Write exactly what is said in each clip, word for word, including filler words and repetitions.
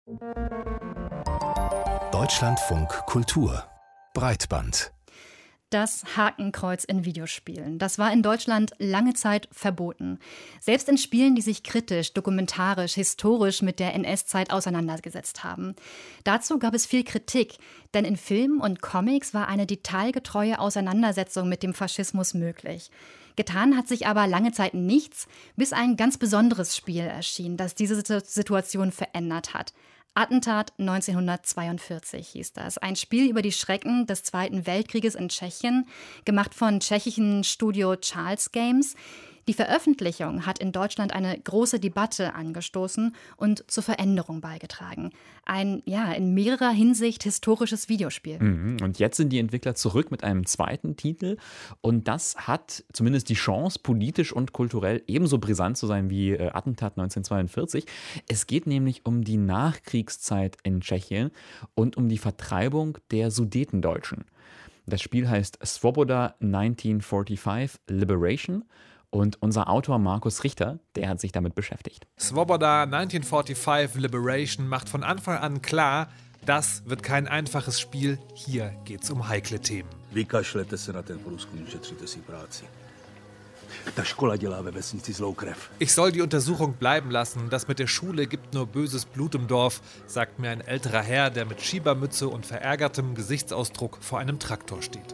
Deutschlandfunk Kultur Breitband. Das Hakenkreuz in Videospielen. Das war in Deutschland lange Zeit verboten. Selbst in Spielen, die sich kritisch, dokumentarisch, historisch mit der N S-Zeit auseinandergesetzt haben. Dazu gab es viel Kritik, denn in Filmen und Comics war eine detailgetreue Auseinandersetzung mit dem Faschismus möglich. Getan hat sich aber lange Zeit nichts, bis ein ganz besonderes Spiel erschien, das diese Situation verändert hat. Attentat neunzehnhundertzweiundvierzig hieß das. Ein Spiel über die Schrecken des Zweiten Weltkrieges in Tschechien, gemacht von tschechischen Studio Charles Games. Die Veröffentlichung hat in Deutschland eine große Debatte angestoßen und zur Veränderung beigetragen. Ein, ja, in mehrerer Hinsicht historisches Videospiel. Mhm. Und jetzt sind die Entwickler zurück mit einem zweiten Titel. Und das hat zumindest die Chance, politisch und kulturell ebenso brisant zu sein wie äh, Attentat neunzehnhundertzweiundvierzig. Es geht nämlich um die Nachkriegszeit in Tschechien und um die Vertreibung der Sudetendeutschen. Das Spiel heißt Svoboda neunzehnhundertfünfundvierzig Liberation. Und unser Autor Markus Richter, der hat sich damit beschäftigt. Svoboda neunzehnhunderfünfundvierzig Liberation macht von Anfang an klar, das wird kein einfaches Spiel. Hier geht's um heikle Themen. Vykašlete se na ten průzkum, ušetříte si práci. Ta škola dělá ve vesnici zlou krev. Ich soll die Untersuchung bleiben lassen. Das mit der Schule gibt nur böses Blut im Dorf, sagt mir ein älterer Herr, der mit Schiebermütze und verärgertem Gesichtsausdruck vor einem Traktor steht.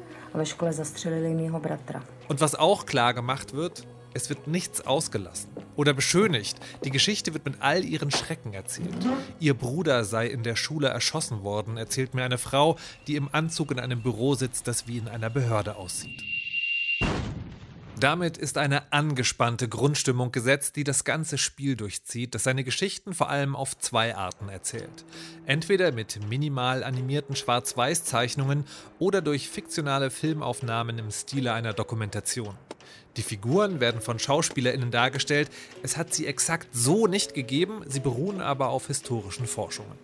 Und was auch klar gemacht wird, es wird nichts ausgelassen oder beschönigt. Die Geschichte wird mit all ihren Schrecken erzählt. Ihr Bruder sei in der Schule erschossen worden, erzählt mir eine Frau, die im Anzug in einem Büro sitzt, das wie in einer Behörde aussieht. Damit ist eine angespannte Grundstimmung gesetzt, die das ganze Spiel durchzieht, das seine Geschichten vor allem auf zwei Arten erzählt. Entweder mit minimal animierten Schwarz-Weiß-Zeichnungen oder durch fiktionale Filmaufnahmen im Stile einer Dokumentation. Die Figuren werden von SchauspielerInnen dargestellt. Es hat sie exakt so nicht gegeben, sie beruhen aber auf historischen Forschungen.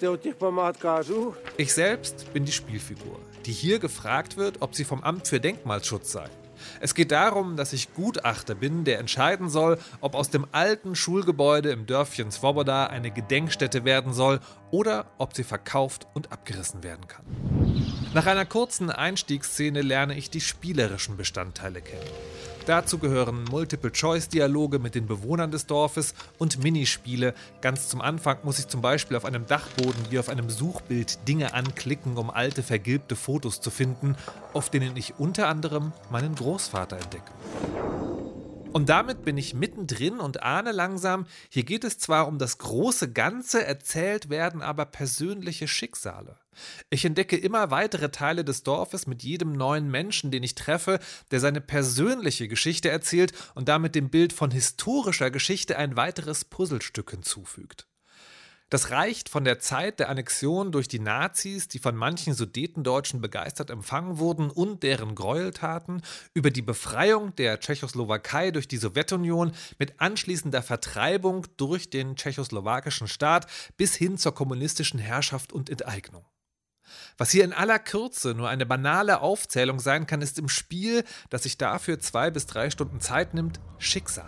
Ich selbst bin die Spielfigur, die hier gefragt wird, ob sie vom Amt für Denkmalschutz sei. Es geht darum, dass ich Gutachter bin, der entscheiden soll, ob aus dem alten Schulgebäude im Dörfchen Svoboda eine Gedenkstätte werden soll oder ob sie verkauft und abgerissen werden kann. Nach einer kurzen Einstiegsszene lerne ich die spielerischen Bestandteile kennen. Dazu gehören Multiple-Choice-Dialoge mit den Bewohnern des Dorfes und Minispiele. Ganz zum Anfang muss ich zum Beispiel auf einem Dachboden wie auf einem Suchbild Dinge anklicken, um alte, vergilbte Fotos zu finden, auf denen ich unter anderem meinen Großvater entdecke. Und damit bin ich mittendrin und ahne langsam, hier geht es zwar um das große Ganze, erzählt werden aber persönliche Schicksale. Ich entdecke immer weitere Teile des Dorfes mit jedem neuen Menschen, den ich treffe, der seine persönliche Geschichte erzählt und damit dem Bild von historischer Geschichte ein weiteres Puzzlestück hinzufügt. Das reicht von der Zeit der Annexion durch die Nazis, die von manchen Sudetendeutschen begeistert empfangen wurden, und deren Gräueltaten, über die Befreiung der Tschechoslowakei durch die Sowjetunion mit anschließender Vertreibung durch den tschechoslowakischen Staat bis hin zur kommunistischen Herrschaft und Enteignung. Was hier in aller Kürze nur eine banale Aufzählung sein kann, ist im Spiel, das sich dafür zwei bis drei Stunden Zeit nimmt, Schicksal.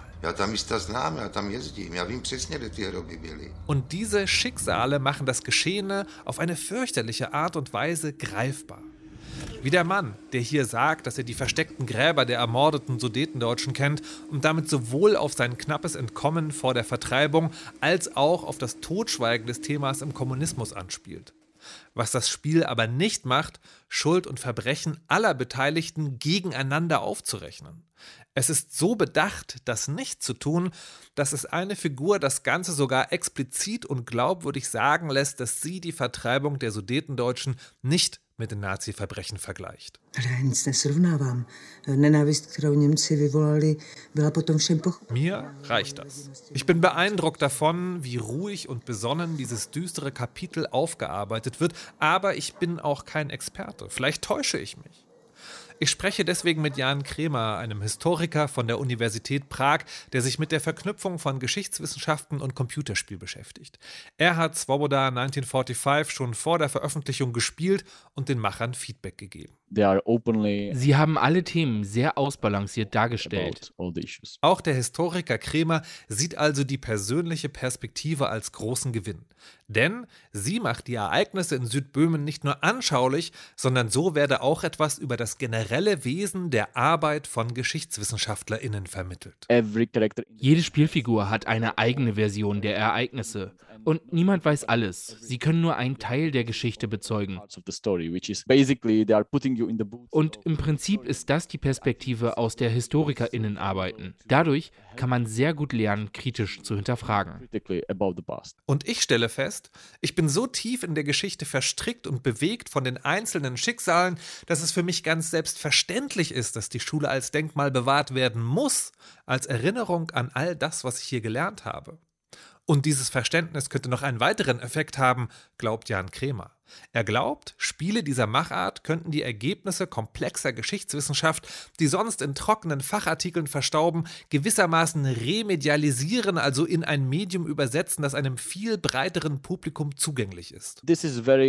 Und diese Schicksale machen das Geschehene auf eine fürchterliche Art und Weise greifbar. Wie der Mann, der hier sagt, dass er die versteckten Gräber der ermordeten Sudetendeutschen kennt und damit sowohl auf sein knappes Entkommen vor der Vertreibung als auch auf das Totschweigen des Themas im Kommunismus anspielt. Was das Spiel aber nicht macht, Schuld und Verbrechen aller Beteiligten gegeneinander aufzurechnen. Es ist so bedacht, das nicht zu tun, dass es eine Figur das Ganze sogar explizit und glaubwürdig sagen lässt, dass sie die Vertreibung der Sudetendeutschen nicht mit den Nazi-Verbrechen vergleicht. Mir reicht das. Ich bin beeindruckt davon, wie ruhig und besonnen dieses düstere Kapitel aufgearbeitet wird, aber ich bin auch kein Experte. Vielleicht täusche ich mich. Ich spreche deswegen mit Jan Kremer, einem Historiker von der Universität Prag, der sich mit der Verknüpfung von Geschichtswissenschaften und Computerspiel beschäftigt. Er hat Svoboda neunzehnhunderfünfundvierzig schon vor der Veröffentlichung gespielt und den Machern Feedback gegeben. Sie haben alle Themen sehr ausbalanciert dargestellt. Auch der Historiker Kremer sieht also die persönliche Perspektive als großen Gewinn. Denn sie macht die Ereignisse in Südböhmen nicht nur anschaulich, sondern so werde auch etwas über das generelle Wesen der Arbeit von GeschichtswissenschaftlerInnen vermittelt. Jede Spielfigur hat eine eigene Version der Ereignisse. Und niemand weiß alles. Sie können nur einen Teil der Geschichte bezeugen. Und im Prinzip ist das die Perspektive, aus der HistorikerInnen arbeiten. Dadurch kann man sehr gut lernen, kritisch zu hinterfragen. Und ich stelle fest, ich bin so tief in der Geschichte verstrickt und bewegt von den einzelnen Schicksalen, dass es für mich ganz selbstverständlich ist, dass die Schule als Denkmal bewahrt werden muss, als Erinnerung an all das, was ich hier gelernt habe. Und dieses Verständnis könnte noch einen weiteren Effekt haben, glaubt Jan Kremer. Er glaubt, Spiele dieser Machart könnten die Ergebnisse komplexer Geschichtswissenschaft, die sonst in trockenen Fachartikeln verstauben, gewissermaßen remedialisieren, also in ein Medium übersetzen, das einem viel breiteren Publikum zugänglich ist. Das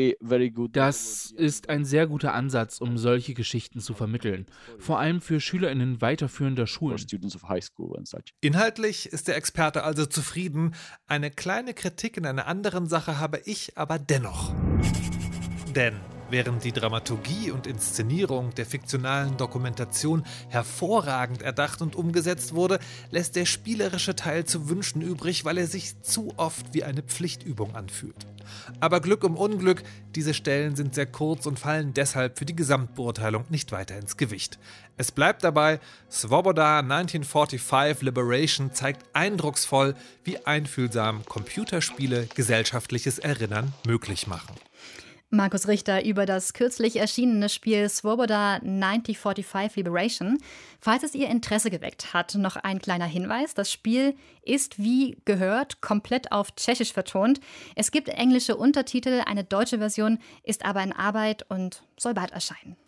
ist ein sehr guter Ansatz, um solche Geschichten zu vermitteln, vor allem für SchülerInnen weiterführender Schulen. Inhaltlich ist der Experte also zufrieden. Eine kleine Kritik in einer anderen Sache habe ich aber dennoch. Denn während die Dramaturgie und Inszenierung der fiktionalen Dokumentation hervorragend erdacht und umgesetzt wurde, lässt der spielerische Teil zu wünschen übrig, weil er sich zu oft wie eine Pflichtübung anfühlt. Aber Glück um Unglück, diese Stellen sind sehr kurz und fallen deshalb für die Gesamtbeurteilung nicht weiter ins Gewicht. Es bleibt dabei, Swoboda neunzehnhundertfünfundvierzig Liberation zeigt eindrucksvoll, wie einfühlsam Computerspiele gesellschaftliches Erinnern möglich machen. Markus Richter über das kürzlich erschienene Spiel Swoboda neunzehnhundertfünfundvierzig Liberation. Falls es Ihr Interesse geweckt hat, noch ein kleiner Hinweis. Das Spiel ist, wie gehört, komplett auf Tschechisch vertont. Es gibt englische Untertitel, eine deutsche Version ist aber in Arbeit und soll bald erscheinen.